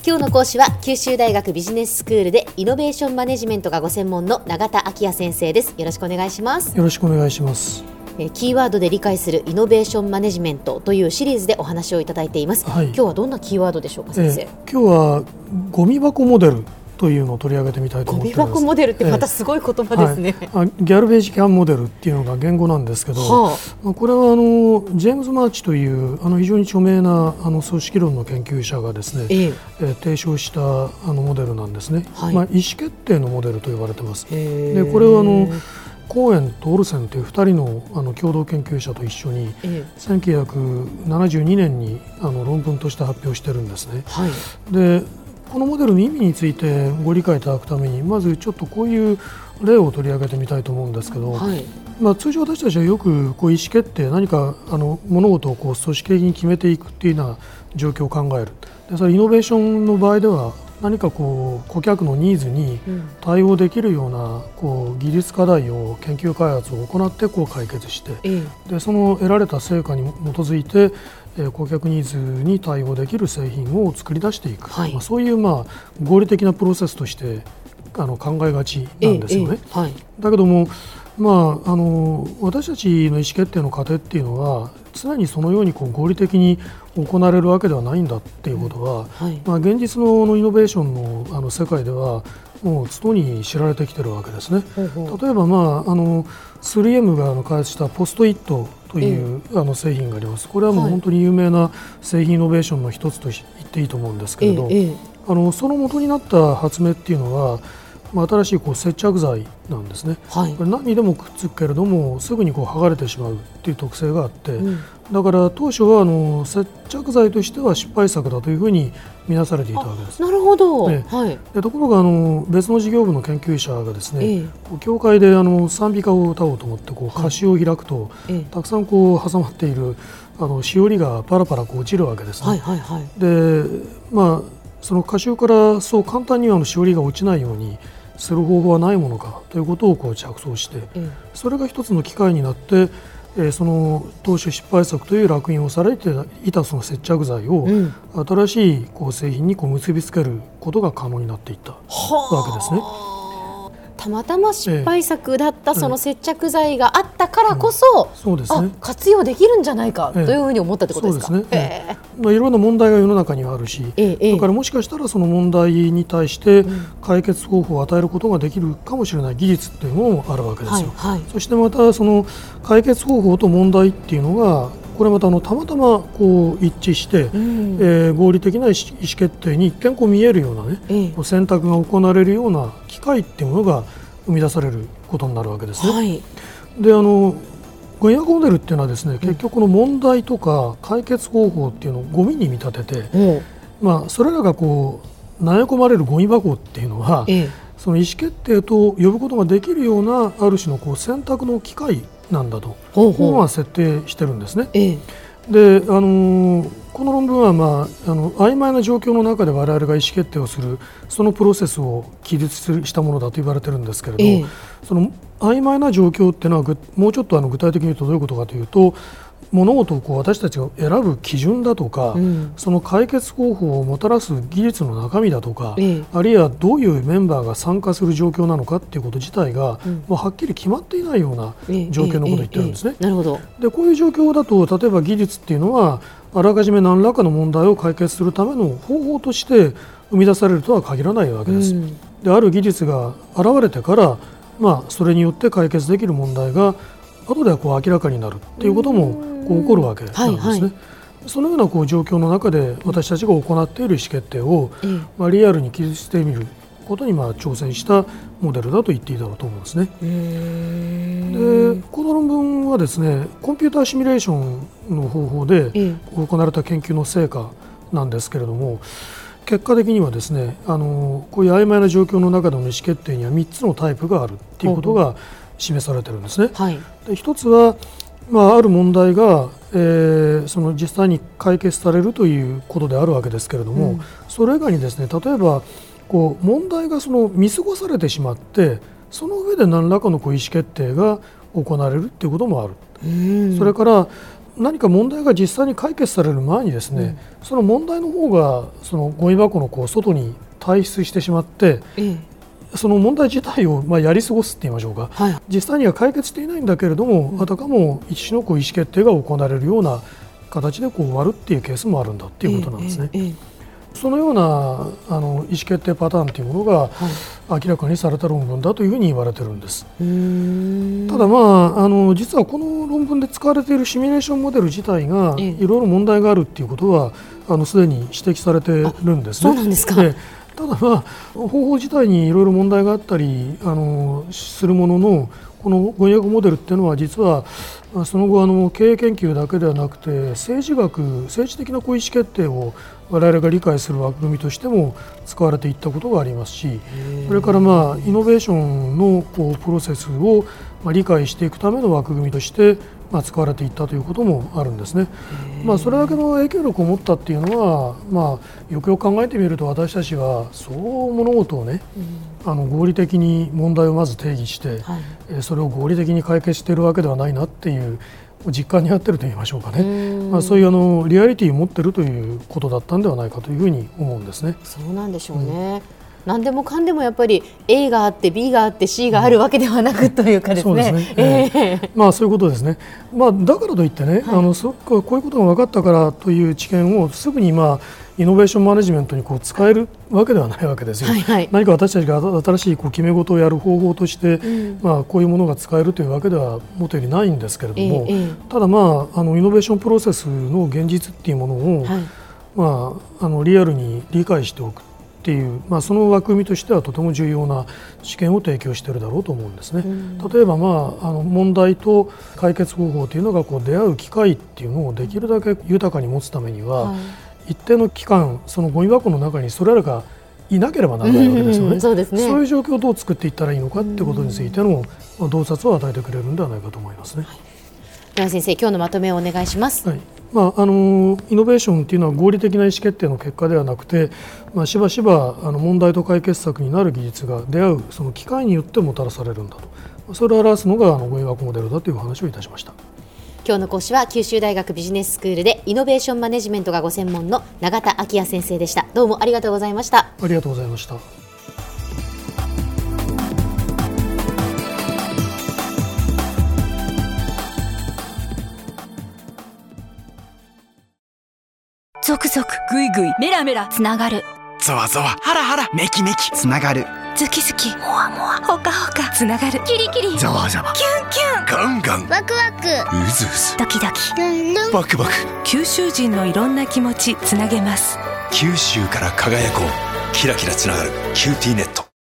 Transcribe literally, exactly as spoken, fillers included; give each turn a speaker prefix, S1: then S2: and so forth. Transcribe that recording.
S1: 今日の講師は九州大学ビジネススクールでイノベーションマネジメントがご専門の永田昭也先生です。よろしくお願いします。
S2: よろしくお願いします。
S1: えキーワードで理解するイノベーションマネジメントというシリーズでお話をいただいています、はい、今日はどんなキーワードでしょうか先生。
S2: え今日はゴミ箱モデルというのを取り上げてみたいと思っています。
S1: ゴミ箱モデルってまたすごい言葉ですね、
S2: えーはい、ギャルベージキャンモデルっていうのが言語なんですけど、はあ、これはあのジェームズ・マーチというあの非常に著名なあの組織論の研究者がですね、えーえー、提唱したあのモデルなんですね、はい、まあ、意思決定のモデルと呼ばれています。でこれはあのコーエンとオルセンというふたり の, あの共同研究者と一緒に、ええ、せんきゅうひゃくななじゅうにねんにあの論文として発表しているんですね、はい、でこのモデルの意味についてご理解いただくためにまずちょっとこういう例を取り上げてみたいと思うんですけど、はい、まあ、通常私たちはよくこう意思決定何かあの物事をこう組織的に決めていくというような状況を考える。でそれイノベーションの場合では何かこう顧客のニーズに対応できるようなこう技術課題を研究開発を行ってこう解決して、でその得られた成果に基づいて顧客ニーズに対応できる製品を作り出していく、はい、まあ、そういうまあ合理的なプロセスとしてあの考えがちなんですよね、はい、だけども、まあ、あの私たちの意思決定の過程っていうのは常にそのようにこう合理的に行われるわけではないんだっていうことは、うん、はい、まあ、現実 の, イノベーション の, あの世界ではもう常に知られてきているわけですね。ほうほう。例えば、まあ、あの スリーエム が開発したポストイットという、えー、あの製品があります。これはもう本当に有名な製品イノベーションの一つと言っていいと思うんですけれど、えーえー、あのその元になった発明っていうのは、まあ、新しいこう接着剤なんですね、はい、これ何にでもくっつくけれどもすぐにこう剥がれてしまうという特性があって、うん、だから当初はあの接着剤としては失敗作だというふうに見なされていたわけです。
S1: なるほど、
S2: ね、
S1: はい、
S2: でところがあの別の事業部の研究者がですね、ええ、こう教会であの賛美歌を歌おうと思ってこう歌詞を開くと、はい、たくさんこう挟まっているあのしおりがパラパラこう落ちるわけですね、はいはいはい、でまあその歌集からそう簡単にはしおりが落ちないようにする方法はないものかということをこう着想して、うん、それが一つの機会になって、えー、その当初失敗作という烙印をされていたその接着剤を新しいこう製品にこう結びつけることが可能になっていったわけですね。
S1: たまたま失敗作だったその接着剤があったからこそ、うん、そうですね、あ活用できるんじゃないかというふうに思ったってことですか。そうですね、えー
S2: まあ、いろんな問題が世の中にはあるし、えー、だからもしかしたらその問題に対して解決方法を与えることができるかもしれない技術というのもあるわけですよ、はいはい、そしてまたその解決方法と問題っていうのがこれまたあのたまたまこう一致して、うん、えー、合理的な意思決定に一見こう見えるような、ね、えー、選択が行われるような機会っていうものが生み出されることになるわけですね、はい、であのゴミ箱モデルっていうのはですね、結局この問題とか解決方法っていうのをゴミに見立てて、うん、まあ、それらがこう投げ込まれるゴミ箱っていうのは、えー、その意思決定と呼ぶことができるようなある種のこう選択の機会なんだと本は設定してるんですね、ええ、で、あのー、この論文は、まあ、あの曖昧な状況の中で我々が意思決定をするそのプロセスを記述したものだと言われてるんですけれど、ええ、その曖昧な状況っていうのはもうちょっとあの具体的に言うとどういうことかというと、物事をこう私たちが選ぶ基準だとか、うん、その解決方法をもたらす技術の中身だとか、ええ、あるいはどういうメンバーが参加する状況なのかということ自体が、うん、もうはっきり決まっていないような状況のことを言ってるんですね。なるほど。でこういう状況だと例えば技術っていうのはあらかじめ何らかの問題を解決するための方法として生み出されるとは限らないわけです、うん、である技術が現れてから、まあ、それによって解決できる問題が後ではこう明らかになるということもこう起こるわけなんですね、はいはい、そのようなこう状況の中で私たちが行っている意思決定を、うん、まあ、リアルに記述してみることにまあ挑戦したモデルだと言っていいだろうと思うんですね。でこの論文はですねコンピューターシミュレーションの方法で行われた研究の成果なんですけれども、結果的にはですねあのこういう曖昧な状況の中での意思決定にはみっつのタイプがあるということが示されているんですね。はい、でひとつは、まあ、ある問題が、えー、その実際に解決されるということであるわけですけれども、うん、それ以外にですね例えばこう問題がその見過ごされてしまってその上で何らかのこう意思決定が行われるということもある。それから何か問題が実際に解決される前にですね、うん、その問題の方がそのゴミ箱のこう外に退出してしまって、ええ、その問題自体をまあやり過ごすって言いましょうか、はい、実際には解決していないんだけれども、うん、あたかも一種のこう意思決定が行われるような形でこう終わるっていうケースもあるんだっていうことなんですね。ええええ、そのようなあの意思決定パターンというものが明らかにされた論文だというふうに言われているんです。うーん、ただ、まあ、あの実はこの論文で使われているシミュレーションモデル自体がいろいろ問題があるということはあのすでに指摘されているんですね。
S1: そうなんですか。
S2: でただ、まあ、方法自体にいろいろ問題があったりあのするものの、この語訳モデルっていうのは実はその後あの経営研究だけではなくて政治学政治的なこう意思決定を我々が理解する枠組みとしても使われていったことがありますし、それからまあイノベーションのこうプロセスをまあ理解していくための枠組みとしてまあ使われていったということもあるんですね。まあそれだけの影響力を持ったっていうのは、まあよくよく考えてみると私たちはそう物事をね、あの合理的に問題をまず定義して、はい、それを合理的に解決しているわけではないなっていう実感にあっていると言いましょうかね。まあそういうあのリアリティを持っているということだったんではないかというふうに思うんですね。
S1: そうなんでしょうね。うん、何でもかんでもやっぱり A があって B があって C があるわけではなくというかですね。そうですね。えー、
S2: まあそういうことですね。まあだからといってね、はい、あのそこういうことが分かったからという知見をすぐにまあイノベーションマネジメントにこう使えるわけではないわけですよ。はいはい、何か私たちが新しいこう決め事をやる方法として、うん、まあこういうものが使えるというわけではもとよりないんですけれども、えーえー、ただまああのイノベーションプロセスの現実っていうものを、はい、まああのリアルに理解しておくっていう、まあ、その枠組みとしてはとても重要な知見を提供しているだろうと思うんですね。うん、例えば、まあ、あの問題と解決方法というのがこう出会う機会っていうのをできるだけ豊かに持つためには、はい、一定の期間そのゴミ箱の中にそれらがいなければならないわけですよね。そうですね。そういう状況をどう作っていったらいいのかということについての、まあ、洞察を与えてくれるのではないかと思いますね。はい、
S1: では先生、今日のまとめをお願いします。
S2: はい、まあ、あのイノベーションというのは合理的な意思決定の結果ではなくて、まあ、しばしばあの問題と解決策になる技術が出会うその機会によってもたらされるんだと、それを表すのがあの語彙学モデルだという話をいたしました。
S1: 今日の講師は九州大学ビジネススクールでイノベーションマネジメントがご専門の永田昭也先生でした。どうもありがとうございました。
S2: ありがとうございました。
S3: ゾクゾクグイグイメラメラつながる、
S4: ゾワゾワハラハラメキメキつながる、
S3: ズキズキモワモワホカホカつながる、キリキリ
S4: ザワザワ
S3: キュンキュン
S4: ガンガン
S5: ワクワク
S4: ウズウズ
S3: ドキドキ
S5: ルンルン
S4: バクバク、
S3: 九州人のいろんな気持ちつなげます。
S4: 九州から輝こう、キラキラつながるキューティーネット。